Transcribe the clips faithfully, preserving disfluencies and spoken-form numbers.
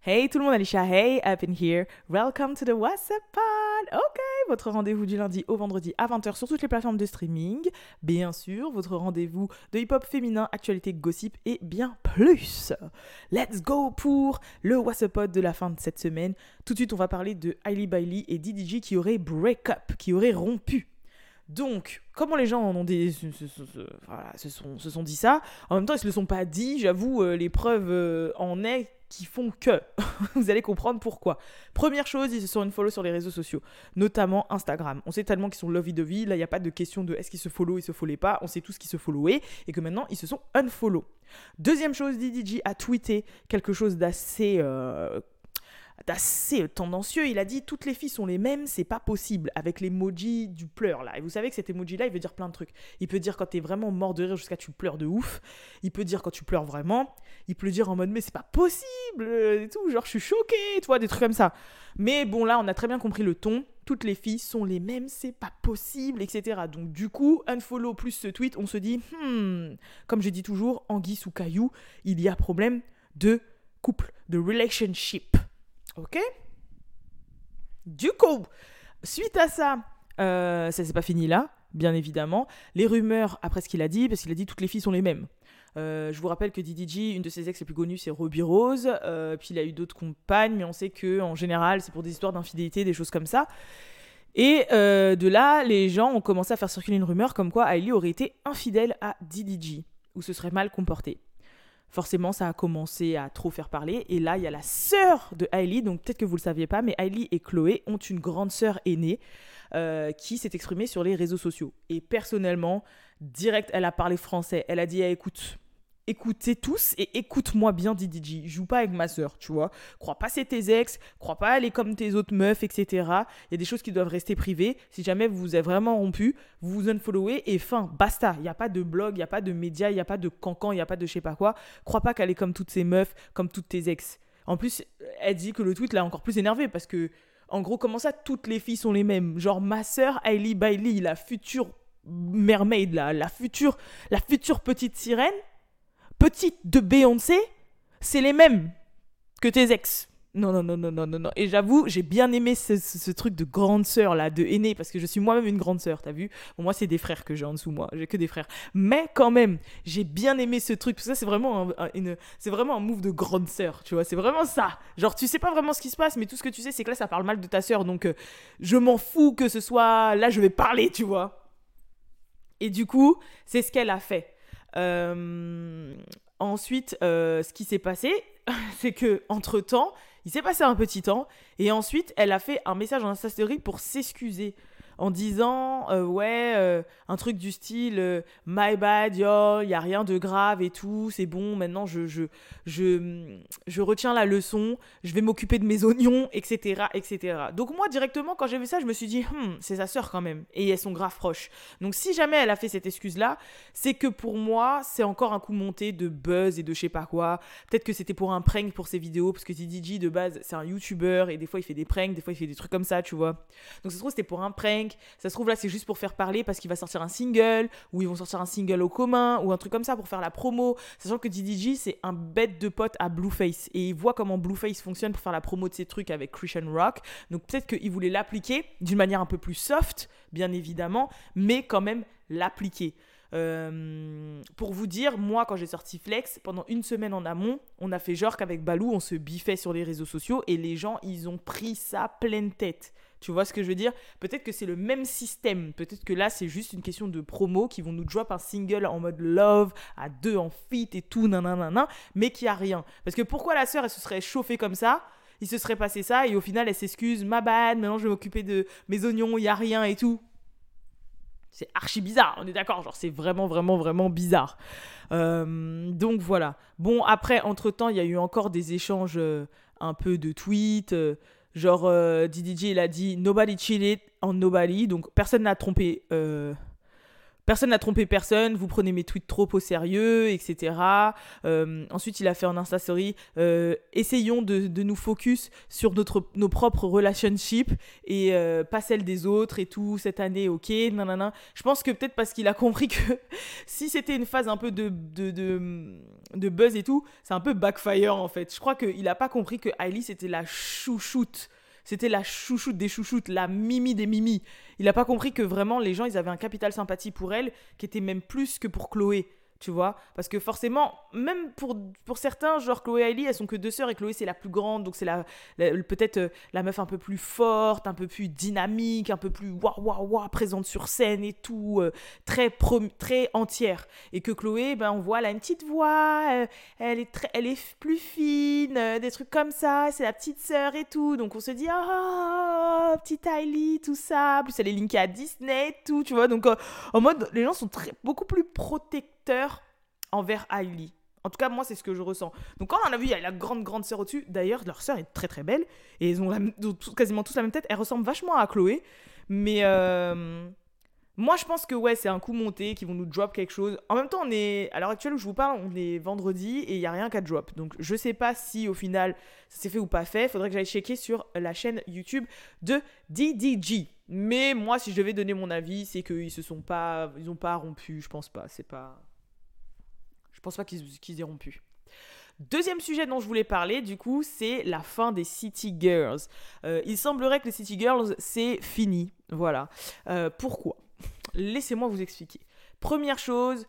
Hey tout le monde, Alicia, hey, up in here. Welcome to the WhatsApp Pod. Ok, votre rendez-vous du lundi au vendredi à vingt heures sur toutes les plateformes de streaming. Bien sûr, votre rendez-vous de hip-hop féminin, actualité, gossip et bien plus. Let's go pour le WhatsApp Pod de la fin de cette semaine. Tout de suite, on va parler de Hailey Bailey et D D G qui auraient break-up, qui auraient rompu. Donc, comment les gens en ont des, se, se, se, se, voilà, se, sont, se sont dit ça, en même temps, ils ne se le sont pas dit, j'avoue, euh, les preuves euh, en est qui font que. Vous allez comprendre pourquoi. Première chose, ils se sont unfollow sur les réseaux sociaux, notamment Instagram. On sait tellement qu'ils sont lovey-dovey, là, il n'y a pas de question de est-ce qu'ils se follow, ils se followaient pas, on sait tous qu'ils se followaient, et que maintenant, ils se sont unfollow. Deuxième chose, D D G a tweeté quelque chose d'assez... Euh, d'assez tendancieux, il a dit toutes les filles sont les mêmes, c'est pas possible, avec l'emoji du pleur là. Et vous savez que cet emoji là, il veut dire plein de trucs. Il peut dire quand t'es vraiment mort de rire jusqu'à tu pleures de ouf. Il peut dire quand tu pleures vraiment. Il peut le dire en mode mais c'est pas possible et tout, genre je suis choquée, tu vois, des trucs comme ça. Mais bon là, on a très bien compris le ton. Toutes les filles sont les mêmes, c'est pas possible, et cetera. Donc du coup, unfollow plus ce tweet, on se dit hmm, comme je dis toujours, anguille sous caillou, il y a problème de couple, de relationship. Ok. Du coup, suite à ça, euh, ça c'est pas fini là, bien évidemment. Les rumeurs après ce qu'il a dit, parce qu'il a dit toutes les filles sont les mêmes. Euh, je vous rappelle que D D G, une de ses ex les plus connues, c'est Ruby Rose. Euh, puis il a eu d'autres compagnes, mais on sait que en général, c'est pour des histoires d'infidélité, des choses comme ça. Et euh, de là, les gens ont commencé à faire circuler une rumeur comme quoi Hailey aurait été infidèle à D D G, ou se serait mal comportée. Forcément, ça a commencé à trop faire parler. Et là, il y a la sœur de Hailey. Donc, peut-être que vous ne le saviez pas, mais Hailey et Chloé ont une grande sœur aînée euh, qui s'est exprimée sur les réseaux sociaux. Et personnellement, direct, elle a parlé français. Elle a dit, eh, écoute, écoutez tous et écoute-moi bien, D D G. Joue pas avec ma sœur, tu vois. Crois pas c'est tes ex, crois pas elle est comme tes autres meufs, et cetera. Il y a des choses qui doivent rester privées. Si jamais vous vous êtes vraiment rompu, vous vous unfollowez et fin, basta. Il n'y a pas de blog, il n'y a pas de médias, il n'y a pas de cancan, il n'y a pas de je sais pas quoi. Crois pas qu'elle est comme toutes ces meufs, comme toutes tes ex. En plus, elle dit que le tweet l'a encore plus énervé parce que, en gros, comment ça, toutes les filles sont les mêmes? Genre, ma sœur, Hailey Bailey, la future mermaid, là, la future, la future petite sirène, petite de Beyoncé, c'est les mêmes que tes ex. Non, non, non, non, non, non, non. Et j'avoue, j'ai bien aimé ce, ce, ce truc de grande sœur, là, de aînée, parce que je suis moi-même une grande sœur, t'as vu? Bon, moi, c'est des frères que j'ai en dessous, moi. J'ai que des frères. Mais quand même, j'ai bien aimé ce truc, parce que ça, c'est vraiment un, un, une, c'est vraiment un move de grande sœur, tu vois? C'est vraiment ça. Genre, tu sais pas vraiment ce qui se passe, mais tout ce que tu sais, c'est que là, ça parle mal de ta sœur, donc euh, je m'en fous que ce soit... Là, je vais parler, tu vois? Et du coup, c'est ce qu'elle a fait. Euh, ensuite, euh, ce qui s'est passé, c'est que entre temps, il s'est passé un petit temps, et ensuite, elle a fait un message en Insta Story pour s'excuser en disant euh, ouais euh, un truc du style euh, my bad yo, il y a rien de grave et tout, c'est bon, maintenant je je je je retiens la leçon, je vais m'occuper de mes oignons, etc., etc. Donc moi directement quand j'ai vu ça, je me suis dit hm, c'est sa sœur quand même et elles sont grave proches. Donc si jamais elle a fait cette excuse là, c'est que pour moi c'est encore un coup monté de buzz et de je sais pas quoi. Peut-être que c'était pour un prank pour ses vidéos, parce que D D G de base c'est un youtubeur et des fois il fait des pranks, des fois il fait des trucs comme ça, tu vois. Donc ça se trouve c'était pour un prank. Ça se trouve là c'est juste pour faire parler parce qu'il va sortir un single, ou ils vont sortir un single au commun, ou un truc comme ça pour faire la promo, sachant que D D G c'est un bête de pote à Blueface et il voit comment Blueface fonctionne pour faire la promo de ses trucs avec Christian Rock. Donc peut-être qu'il voulait l'appliquer d'une manière un peu plus soft, bien évidemment, mais quand même l'appliquer. Euh, pour vous dire, moi quand j'ai sorti Flex, pendant une semaine en amont, on a fait genre qu'avec Balou on se biffait sur les réseaux sociaux et les gens ils ont pris ça pleine tête. Tu vois ce que je veux dire? Peut-être que c'est le même système. Peut-être que là, c'est juste une question de promo qui vont nous drop un single en mode love, à deux en feat et tout, nanana, mais qui a rien. Parce que pourquoi la sœur, elle se serait chauffée comme ça? Il se serait passé ça et au final, elle s'excuse. Ma bad, maintenant je vais m'occuper de mes oignons, il n'y a rien et tout. C'est archi bizarre, on est d'accord, genre c'est vraiment vraiment vraiment bizarre. Euh, donc voilà. Bon après, entre temps, il y a eu encore des échanges euh, un peu de tweets. Euh, genre euh, D D G il a dit nobody cheated on nobody, donc personne n'a trompé, euh, personne n'a trompé personne, vous prenez mes tweets trop au sérieux, et cetera. Euh, ensuite, il a fait en Insta Story, euh, essayons de, de nous focus sur notre, nos propres relationships et euh, pas celles des autres et tout, cette année, ok, nanana. Je pense que peut-être parce qu'il a compris que si c'était une phase un peu de, de, de, de buzz et tout, c'est un peu backfire en fait. Je crois qu'il a pas compris que Hailey, c'était la chouchoute. C'était la chouchoute des chouchoutes, la mimi des mimis. Il n'a pas compris que vraiment les gens, ils avaient un capital sympathie pour elle, qui était même plus que pour Chloé, tu vois. Parce que forcément, même pour, pour certains, genre Chloé et Hailey, elles sont que deux sœurs et Chloé c'est la plus grande, donc c'est la, la- peut-être euh, la meuf un peu plus forte, un peu plus dynamique, un peu plus waouh waouh waouh, présente sur scène et tout, euh, très, prom- très entière. Et que Chloé, ben, on voit, elle a une petite voix, euh, elle est, très, elle est f- plus fine, euh, des trucs comme ça, c'est la petite sœur et tout. Donc on se dit, ah, petite Hailey, tout ça. En plus, elle est linkée à Disney et tout, tu vois. Donc euh, en mode, les gens sont très, beaucoup plus protecteurs envers Hailey. En tout cas, moi, c'est ce que je ressens. Donc, quand on a vu, il y a la grande, grande sœur au-dessus. D'ailleurs, leur sœur est très, très belle. Et ils ont, la, ils ont tous- quasiment tous la même tête. Elle ressemble vachement à Chloé. Mais euh, moi, je pense que, ouais, c'est un coup monté, qu'ils vont nous drop quelque chose. En même temps, on est, à l'heure actuelle où je vous parle, on est vendredi et il n'y a rien qu'à drop. Donc, je sais pas si, au final, ça s'est fait ou pas fait. Il faudrait que j'aille checker sur la chaîne YouTube de D D G. Mais moi, si je devais donner mon avis, c'est qu'ils se sont pas, ils ont pas rompu. Je pense pas. C'est pas... Je pense pas qu'ils, qu'ils aient rompu. Deuxième sujet dont je voulais parler, du coup, c'est la fin des City Girls. Euh, il semblerait que les City Girls, c'est fini. Voilà. Euh, pourquoi ? Laissez-moi vous expliquer. Première chose,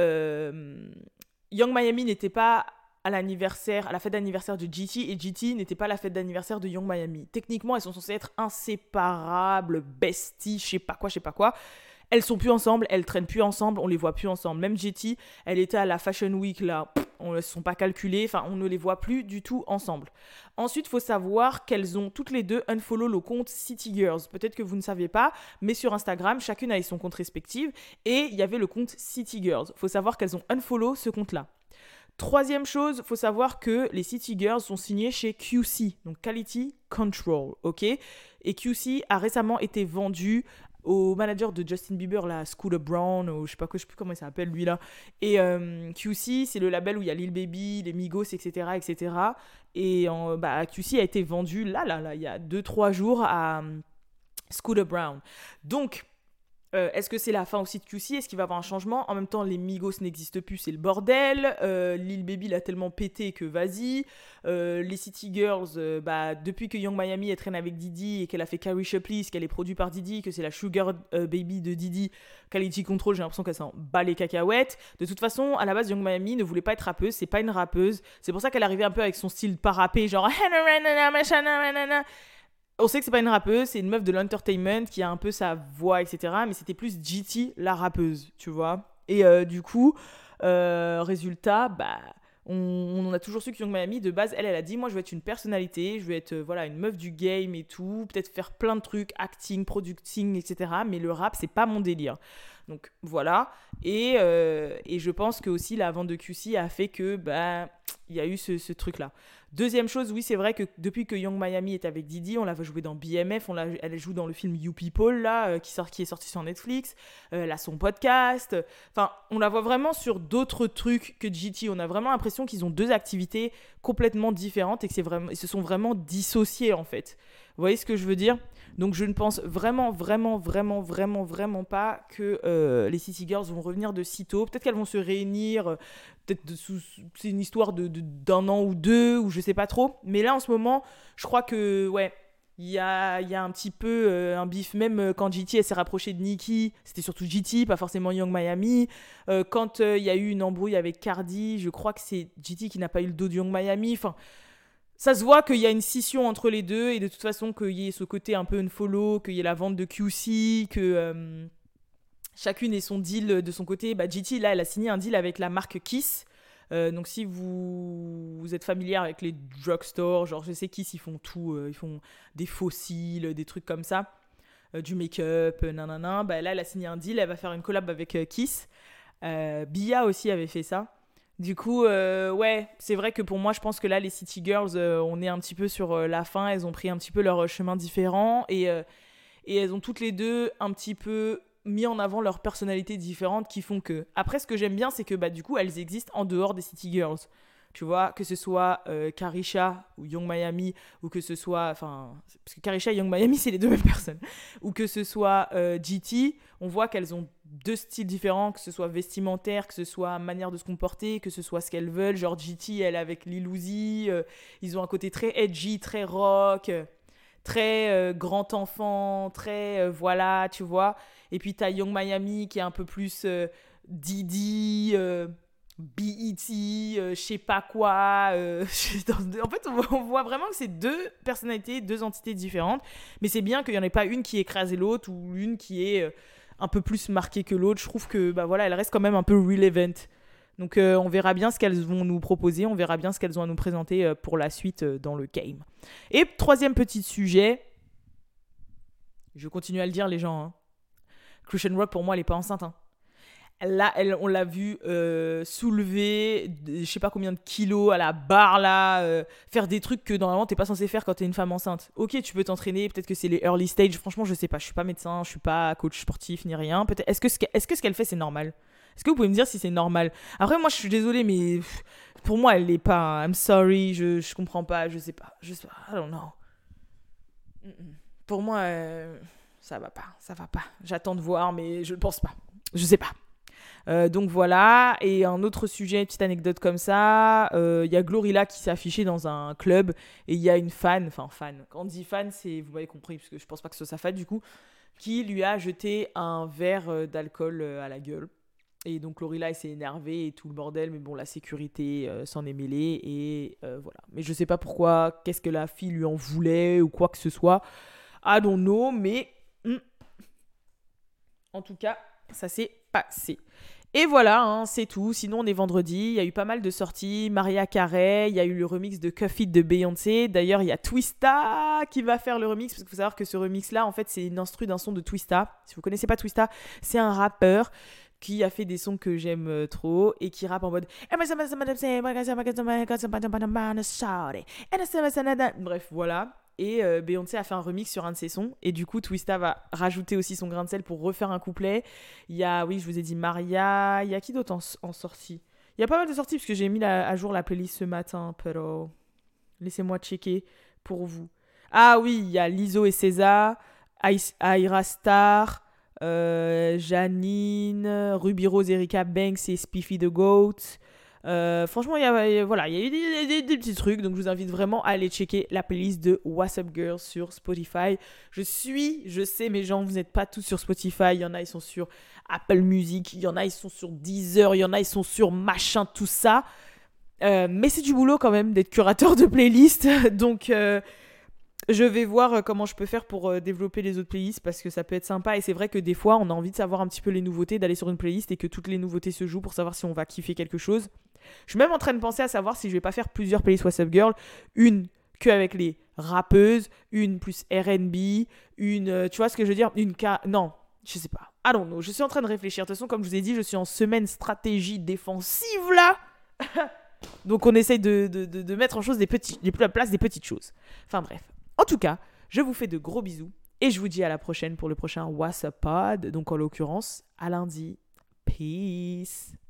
euh, Young Miami n'était pas à l'anniversaire, à la fête d'anniversaire de G T et G T n'était pas à la fête d'anniversaire de Young Miami. Techniquement, elles sont censées être inséparables, besties, je sais pas quoi, je sais pas quoi. Elles sont plus ensemble, elles traînent plus ensemble, on les voit plus ensemble. Même G T, elle était à la Fashion Week là, on ne se sont pas calculées, enfin on ne les voit plus du tout ensemble. Ensuite, il faut savoir qu'elles ont toutes les deux unfollow le compte City Girls. Peut-être que vous ne savez pas, mais sur Instagram, chacune avait son compte respectif et il y avait le compte City Girls. Il faut savoir qu'elles ont unfollow ce compte-là. Troisième chose, il faut savoir que les City Girls sont signées chez Q C, donc Quality Control, ok. Et Q C a récemment été vendu au manager de Justin Bieber, la Scooter Brown, ou je sais pas quoi, je sais plus comment il s'appelle lui là. Et euh, Q C, c'est le label où il y a Lil Baby, les Migos, et cetera, et cetera. Et en, bah, Q C a été vendu là, là, là, il y a deux trois jours à euh, Scooter Brown. Donc euh, est-ce que c'est la fin aussi de Q C? Est-ce qu'il va y avoir un changement? En même temps, les Migos n'existent plus, c'est le bordel. Euh, Lil Baby l'a tellement pété que vas-y. Euh, les City Girls, euh, bah, depuis que Young Miami elle traîne avec Didi et qu'elle a fait Carrie Shepley, qu'elle est produite par Didi, que c'est la Sugar euh, Baby de Didi, Quality Control, j'ai l'impression qu'elle s'en bat les cacahuètes. De toute façon, à la base, Young Miami ne voulait pas être rappeuse, c'est pas une rappeuse. C'est pour ça qu'elle arrivait un peu avec son style pas rappé, genre on sait que c'est pas une rappeuse, c'est une meuf de l'entertainment qui a un peu sa voix, et cetera. Mais c'était plus G T, la rappeuse, tu vois. Et euh, du coup, euh, résultat, bah, on, on a toujours su que Young Miami, de base, elle, elle a dit, moi, je veux être une personnalité, je veux être, euh, voilà, une meuf du game et tout, peut-être faire plein de trucs, acting, producing, et cetera. Mais le rap, c'est pas mon délire. Donc voilà. Et, euh, et je pense que aussi la vente de Q C a fait que bah il y a eu ce, ce truc-là. Deuxième chose, oui, c'est vrai que depuis que Young Miami est avec Didi, on l'a vu jouer dans B M F, on l'a, elle joue dans le film You People, là, euh, qui, sort, qui est sorti sur Netflix. Euh, elle a son podcast. Enfin, on la voit vraiment sur d'autres trucs que G T. On a vraiment l'impression qu'ils ont deux activités complètement différentes et que c'est vraiment, ils se sont vraiment dissociés, en fait. Vous voyez ce que je veux dire? Donc je ne pense vraiment, vraiment, vraiment, vraiment, vraiment pas que euh, les City Girls vont revenir de sitôt. Peut-être qu'elles vont se réunir, euh, peut-être de sous, c'est une histoire de, de, d'un an ou deux, ou je sais pas trop. Mais là, en ce moment, je crois que, ouais, il y a, y a un petit peu euh, un bif. Même euh, quand G T elle s'est rapprochée de Nicki, c'était surtout G T, pas forcément Young Miami. Euh, quand il euh, y a eu une embrouille avec Cardi, je crois que c'est G T qui n'a pas eu le dos de Young Miami. Enfin, ça se voit qu'il y a une scission entre les deux et de toute façon qu'il y ait ce côté un peu unfollow, qu'il y ait la vente de Q C, que euh, chacune ait son deal de son côté. Bah, G T, là, elle a signé un deal avec la marque Kiss. Euh, donc si vous, vous êtes familier avec les drugstores, genre je sais Kiss, ils font tout. Euh, ils font des fossiles, des trucs comme ça, euh, du make-up, euh, nanana. Bah, là, elle a signé un deal, elle va faire une collab avec euh, Kiss. Euh, Bia aussi avait fait ça. Du coup, euh, ouais, c'est vrai que pour moi, je pense que là, les City Girls, euh, on est un petit peu sur euh, la fin. Elles ont pris un petit peu leur chemin différent et, euh, et elles ont toutes les deux un petit peu mis en avant leurs personnalités différentes qui font que... Après, ce que j'aime bien, c'est que bah, du coup, elles existent en dehors des City Girls. Tu vois, que ce soit euh, Karisha ou Young Miami, ou que ce soit... Enfin, parce que Karisha et Young Miami, c'est les deux mêmes personnes. Ou que ce soit euh, G T, on voit qu'elles ont deux styles différents, que ce soit vestimentaire, que ce soit manière de se comporter, que ce soit ce qu'elles veulent. Genre G T, elle avec Lil Uzi, euh, ils ont un côté très edgy, très rock, euh, très euh, grand enfant, très... euh, voilà, tu vois. Et puis t'as Young Miami qui est un peu plus euh, Didi... Euh, B E T, euh, je sais pas quoi. Euh, en fait, on voit, on voit vraiment que c'est deux personnalités, deux entités différentes. Mais c'est bien qu'il n'y en ait pas une qui écrase l'autre ou une qui est euh, un peu plus marquée que l'autre. Je trouve que bah, voilà, elle reste quand même un peu relevant. Donc euh, on verra bien ce qu'elles vont nous proposer. On verra bien ce qu'elles ont à nous présenter euh, pour la suite euh, dans le game. Et troisième petit sujet. Je continue à le dire, les gens. Hein. Christian Rock, pour moi, elle n'est pas enceinte. Hein. Là, elle, on l'a vu euh, soulever je sais pas combien de kilos à la barre, là, euh, faire des trucs que normalement t'es pas censé faire quand t'es une femme enceinte. Ok, tu peux t'entraîner, peut-être que c'est les early stage. Franchement, je sais pas, je suis pas médecin, je suis pas coach sportif ni rien. Peut-être, est-ce que ce, est-ce que ce qu'elle fait c'est normal? Est-ce que vous pouvez me dire si c'est normal? Après, moi, je suis désolée, mais pff, pour moi, elle l'est pas. I'm sorry, je, je comprends pas, je sais pas, je sais pas, I don't know. Mm-mm. Pour moi, euh, ça va pas, ça va pas. J'attends de voir, mais je ne pense pas. Je sais pas. Euh, donc voilà, et un autre sujet, petite anecdote comme ça, il euh, y a Glorilla qui s'est affichée dans un club et il y a une fan, enfin fan, quand on dit fan, c'est, vous m'avez compris, parce que je pense pas que ce soit sa fan du coup, qui lui a jeté un verre d'alcool à la gueule. Et donc Glorilla, elle s'est énervée et tout le bordel, mais bon, la sécurité euh, s'en est mêlée et euh, voilà. Mais je sais pas pourquoi, qu'est-ce que la fille lui en voulait ou quoi que ce soit, I don't know, mais hmm. En tout cas, ça s'est passé. Et voilà, hein, c'est tout. Sinon, on est vendredi. Il y a eu pas mal de sorties. Mariah Carey, il y a eu le remix de Cuff It de Beyoncé. D'ailleurs, il y a Twista qui va faire le remix. Parce qu'il faut savoir que ce remix-là, en fait, c'est une instru d'un son de Twista. Si vous connaissez pas Twista, c'est un rappeur qui a fait des sons que j'aime trop et qui rappe en mode bref, voilà. Et euh, Beyoncé a fait un remix sur un de ses sons. Et du coup, Twista va rajouter aussi son grain de sel pour refaire un couplet. Il y a, oui, je vous ai dit Maria. Il y a qui d'autre en, en sortie? Il y a pas mal de sorties parce que j'ai mis la, à jour la playlist ce matin. Pero laissez-moi checker pour vous. Ah oui, il y a Lizzo et César, Aira Star, euh, Janine, Ruby Rose, Erika Banks et Spiffy the Goat. Euh, franchement, il y a, voilà, il y a eu des, des, des petits trucs, donc je vous invite vraiment à aller checker la playlist de What's Up Girls sur Spotify. Je suis, je sais, mes gens, vous n'êtes pas tous sur Spotify. Il y en a, ils sont sur Apple Music, il y en a, ils sont sur Deezer, il y en a, ils sont sur machin, tout ça. Euh, mais c'est du boulot quand même d'être curateur de playlist, donc euh, je vais voir comment je peux faire pour euh, développer les autres playlists parce que ça peut être sympa et c'est vrai que des fois on a envie de savoir un petit peu les nouveautés, d'aller sur une playlist et que toutes les nouveautés se jouent pour savoir si on va kiffer quelque chose. Je suis même en train de penser à savoir si je vais pas faire plusieurs playlists What's Up Girl, une que avec les rappeuses, une plus R and B, une, euh, tu vois ce que je veux dire, une ca... non, je sais pas, I don't know, je suis en train de réfléchir. De toute façon, comme je vous ai dit, je suis en semaine stratégie défensive là. Donc on essaye de, de, de, de mettre en chose des petits, de place des petites choses. Enfin bref. En tout cas, je vous fais de gros bisous et je vous dis à la prochaine pour le prochain What's Up Pod. Donc en l'occurrence, à lundi. Peace.